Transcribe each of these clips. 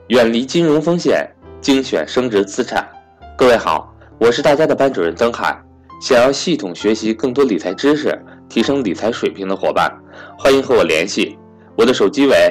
远离金融风险，精选升值资产。各位好，我是大家的班主任曾海。想要系统学习更多理财知识，提升理财水平的伙伴，欢迎和我联系。我的手机为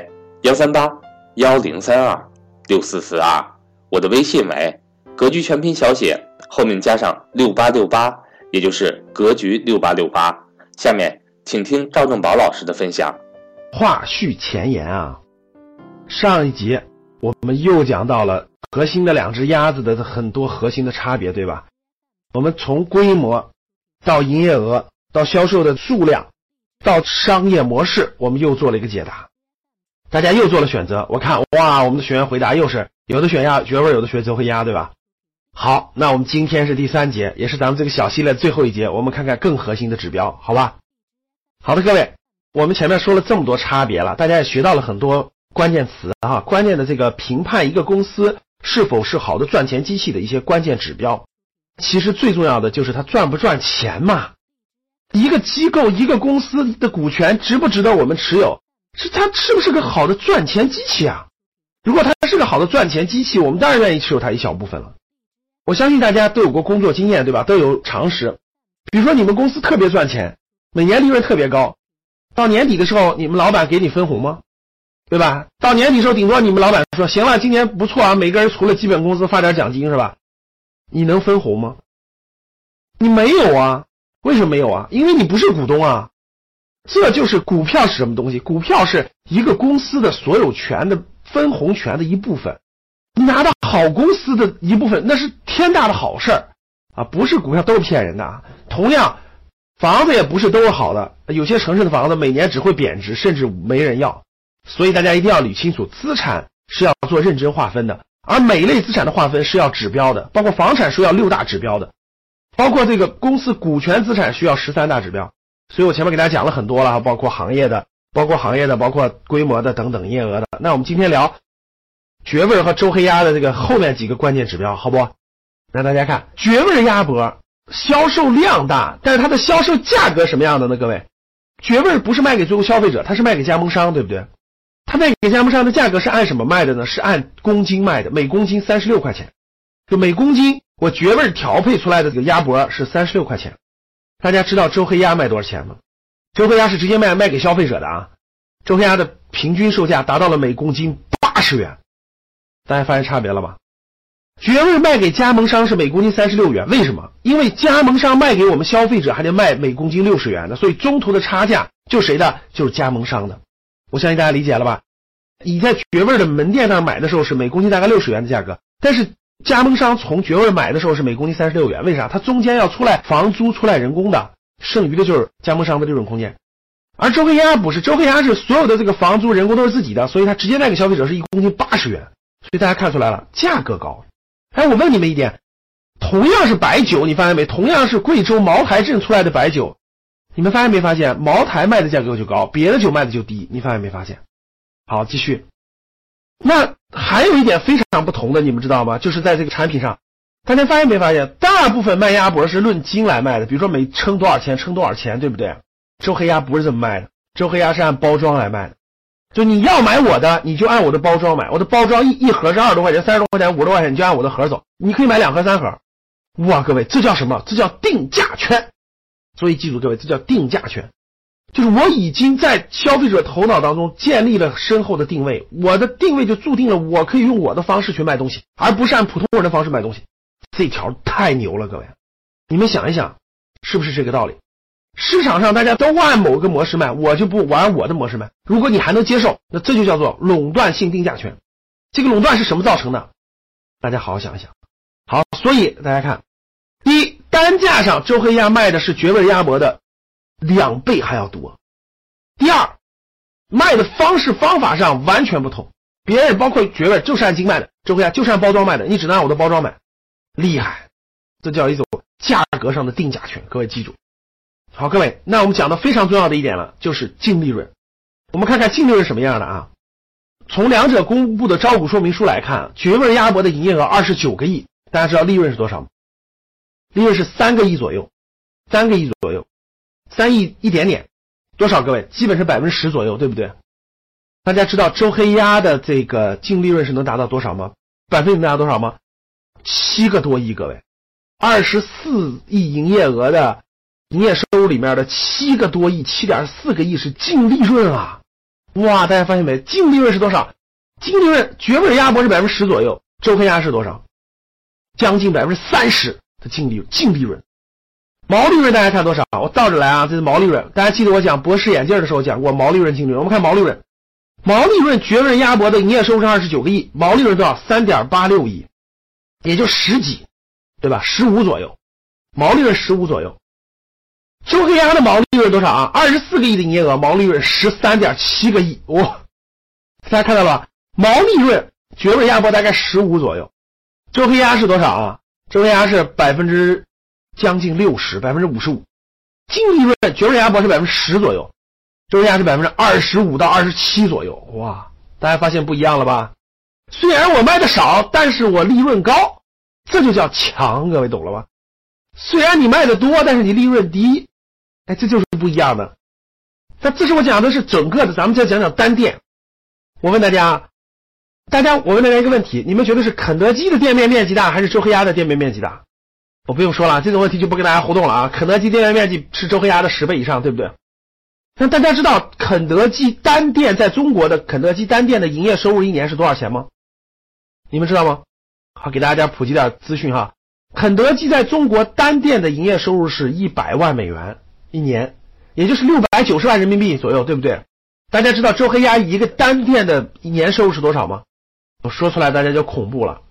13810326442，我的微信为格局全拼小写后面加上6868，也就是格局6868。下面请听赵正宝老师的分享。 话续前言啊，上一集我们又讲到了核心的两只鸭子的很多核心的差别，对吧？我们从规模到营业额到销售的数量到商业模式，我们又做了一个解答，大家又做了选择。我看哇，我们的学员回答又是有的选绝味，有的选择会鸭，对吧？好，那我们今天是第3节，也是咱们这个小系列的最后一节，我们看看更核心的指标，好吧？好的，各位，我们前面说了这么多差别了，大家也学到了很多关键词啊，关键的这个评判一个公司是否是好的赚钱机器的一些关键指标。其实最重要的就是它赚不赚钱嘛。一个机构一个公司的股权值不值得我们持有，是它是不是个好的赚钱机器啊？如果它是个好的赚钱机器，我们当然愿意持有它一小部分了。我相信大家都有过工作经验，对吧？都有常识。比如说你们公司特别赚钱，每年利润特别高，到年底的时候你们老板给你分红吗？对吧？到年底的时候顶多你们老板说行了，今年不错啊，每个人除了基本工资发点奖金，是吧？你能分红吗？你没有啊。为什么没有啊？因为你不是股东啊。这就是股票是什么东西？股票是一个公司的所有权的分红权的一部分，你拿到好公司的一部分，那是天大的好事儿啊！不是股票都是骗人的啊。同样房子也不是都是好的，有些城市的房子每年只会贬值，甚至没人要。所以大家一定要捋清楚，资产是要做认真划分的，而每一类资产的划分是要指标的，包括房产是要6大指标的，包括这个公司股权资产需要13大指标。所以我前面给大家讲了很多了，包括行业的，包括规模的等等，营业额的。那我们今天聊绝味和周黑鸭的这个后面几个关键指标，好不好？让大家看绝味鸭脖销售量大，但是它的销售价格什么样的呢？各位，绝味不是卖给最后消费者，它是卖给加盟商，对不对？它卖给加盟商的价格是按什么卖的呢？是按公斤卖的，每公斤36块钱。就每公斤我绝味调配出来的这个鸭脖是36块钱。大家知道周黑鸭卖多少钱吗？周黑鸭是直接卖给消费者的啊。周黑鸭的平均售价达到了每公斤80元。大家发现差别了吗？绝味卖给加盟商是每公斤36元，为什么？因为加盟商卖给我们消费者还得卖每公斤60元的，所以中途的差价就是谁的？就是加盟商的。我相信大家理解了吧？你在绝味的门店上买的时候是每公斤大概60元的价格，但是加盟商从绝味买的时候是每公斤36元，为啥？它中间要出来房租出来人工的，剩余的就是加盟商的利润空间。而周黑鸭不是，周黑鸭是所有的这个房租人工都是自己的，所以它直接卖给消费者是1公斤80元，所以大家看出来了，价格高。哎，我问你们一点，同样是白酒，你发现没？同样是贵州茅台镇出来的白酒，你们发现没发现茅台卖的价格就高，别的酒卖的就低，你发现没发现？好，继续。那还有一点非常不同的，你们知道吗？就是在这个产品上，大家发现没发现大部分卖鸭脖是论斤来卖的，比如说每称多少钱称多少钱，对不对？周黑鸭不是这么卖的，周黑鸭是按包装来卖的。就你要买我的，你就按我的包装买，我的包装一盒是20多块钱30多块钱50多块钱，你就按我的盒走，你可以买2盒3盒。哇，各位，这叫什么？这叫定价权。所以记住各位，这叫定价权，就是我已经在消费者头脑当中建立了深厚的定位，我的定位就注定了我可以用我的方式去卖东西，而不是按普通人的方式卖东西。这条太牛了，各位，你们想一想是不是这个道理？市场上大家都按某个模式卖，我就不按我的模式卖。如果你还能接受，那这就叫做垄断性定价权。这个垄断是什么造成的？大家好好想一想。好，所以大家看，第一，单价上周黑鸭卖的是绝味鸭脖的2倍还要多。第二，卖的方式方法上完全不同，别人包括绝味就是按斤卖的，周黑鸭就是按包装卖的，你只能按我的包装买，厉害，这叫一种价格上的定价权，各位记住。好，各位，那我们讲到非常重要的一点了，就是净利润。我们看看净利润什么样的啊？从两者公布的招股说明书来看，绝味鸭脖的营业额29个亿，大家知道利润是多少吗？利润是3个亿左右，3个亿左右，3亿一点点，多少各位？基本是10%左右，对不对？ 大家知道周黑鸭的这个净利润是能达到多少吗？百分比能达到多少吗？7个多亿，各位，24亿营业额的营业收入里面的7个多亿，7.4个亿是净利润啊！哇，大家发现没？净利润是多少？净利润绝味鸭脖是10%左右，周黑鸭是多少？将近30%的净利润。毛利润大家看多少？我倒着来啊，这是毛利润。大家记得我讲博士眼镜的时候讲过毛利润净利润。我们看毛利润，毛利润绝味鸭脖的营业收入是29个亿，毛利润多少？3.86亿，也就10几，对吧？15左右，毛利润15左右。周黑鸭的毛利润多少啊？24个亿的营业额，毛利润13.7个亿，哇！大家看到了吧？毛利润绝味鸭脖大概15左右，周黑鸭是多少啊？周黑鸭是将近60%，55%。净利润绝味鸭脖是10%左右，周黑鸭是25%到27%左右。哇，大家发现不一样了吧？虽然我卖的少，但是我利润高，这就叫强，各位懂了吧？虽然你卖的多，但是你利润低，哎，这就是不一样的。那这是我讲的是整个的，咱们再讲讲单店。我问大家一个问题，你们觉得是肯德基的店面面积大还是周黑鸭的店面面积大？我不用说了，这种问题就不跟大家互动了啊。肯德基店面面积是周黑鸭的10倍以上，对不对？那大家知道肯德基单店在中国的肯德基单店的营业收入一年是多少钱吗？你们知道吗？好，给大家普及点资讯哈。肯德基在中国单店的营业收入是100万美元一年，也就是690万人民币左右，对不对？大家知道周黑鸭一个单店的一年收入是多少吗？我说出来大家就恐怖了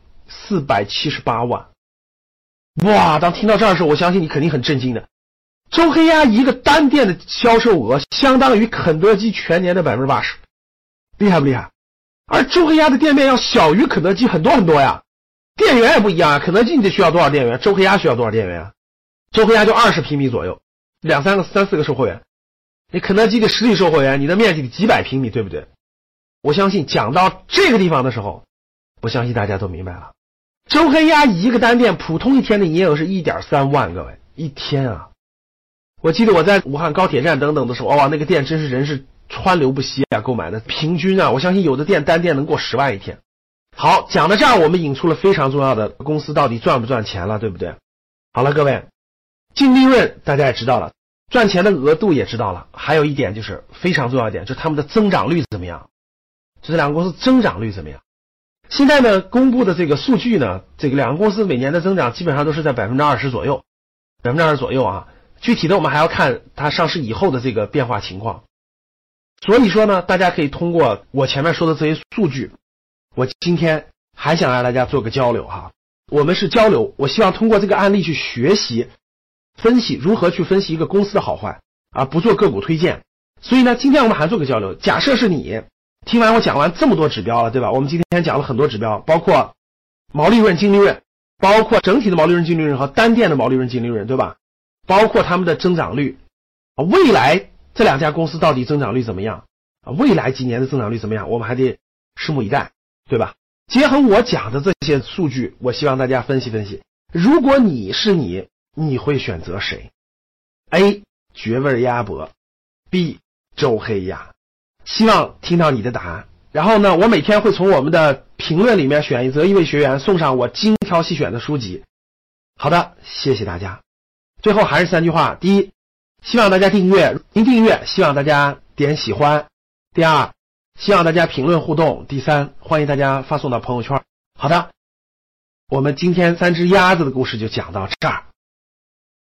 ，478万。哇，当听到这儿的时候，我相信你肯定很震惊的。周黑鸭一个单店的销售额相当于肯德基全年的 80%， 厉害不厉害？而周黑鸭的店面要小于肯德基很多很多呀，店员也不一样啊。肯德基你得需要多少店员？周黑鸭需要多少店员啊？周黑鸭就20平米左右，2、3个、3、4个售货员。你肯德基的实体售货员，你的面积得几百平米，对不对？我相信讲到这个地方的时候，我相信大家都明白了。周黑鸭一个单店普通一天的营业额是 1.3 万，各位，一天啊！我记得我在武汉高铁站等等的时候，哇，那个店真是人是川流不息啊，购买的平均啊，我相信有的店单店能过10万一天。好，讲到这儿，我们引出了非常重要的公司到底赚不赚钱了，对不对？好了，各位，净利润大家也知道了，赚钱的额度也知道了，还有一点就是非常重要一点，就是他们的增长率怎么样？这两个公司增长率怎么样？现在呢，公布的这个数据呢，这个两个公司每年的增长基本上都是在 20% 左右，20% 左右啊。具体的我们还要看它上市以后的这个变化情况。所以说呢，大家可以通过我前面说的这些数据，我今天还想让大家做个交流哈。我们是交流，我希望通过这个案例去学习分析如何去分析一个公司的好坏啊，不做个股推荐。所以呢，今天我们还做个交流。假设是你听完我讲完这么多指标了，对吧？我们今天讲了很多指标，包括毛利润、净利润，包括整体的毛利润、净利润和单店的毛利润、净利润，对吧？包括他们的增长率，未来这两家公司到底增长率怎么样？未来几年的增长率怎么样？我们还得拭目以待，对吧？结合我讲的这些数据，我希望大家分析分析，如果你是你会选择谁？ A. 绝味鸭脖， B. 周黑鸭。希望听到你的答案。然后呢，我每天会从我们的评论里面选择一位学员，送上我精挑细选的书籍。好的，谢谢大家。最后还是3句话：第一，希望大家订阅，您订阅，希望大家点喜欢；第二，希望大家评论互动；第三，欢迎大家发送到朋友圈。好的，我们今天3只鸭子的故事就讲到这儿。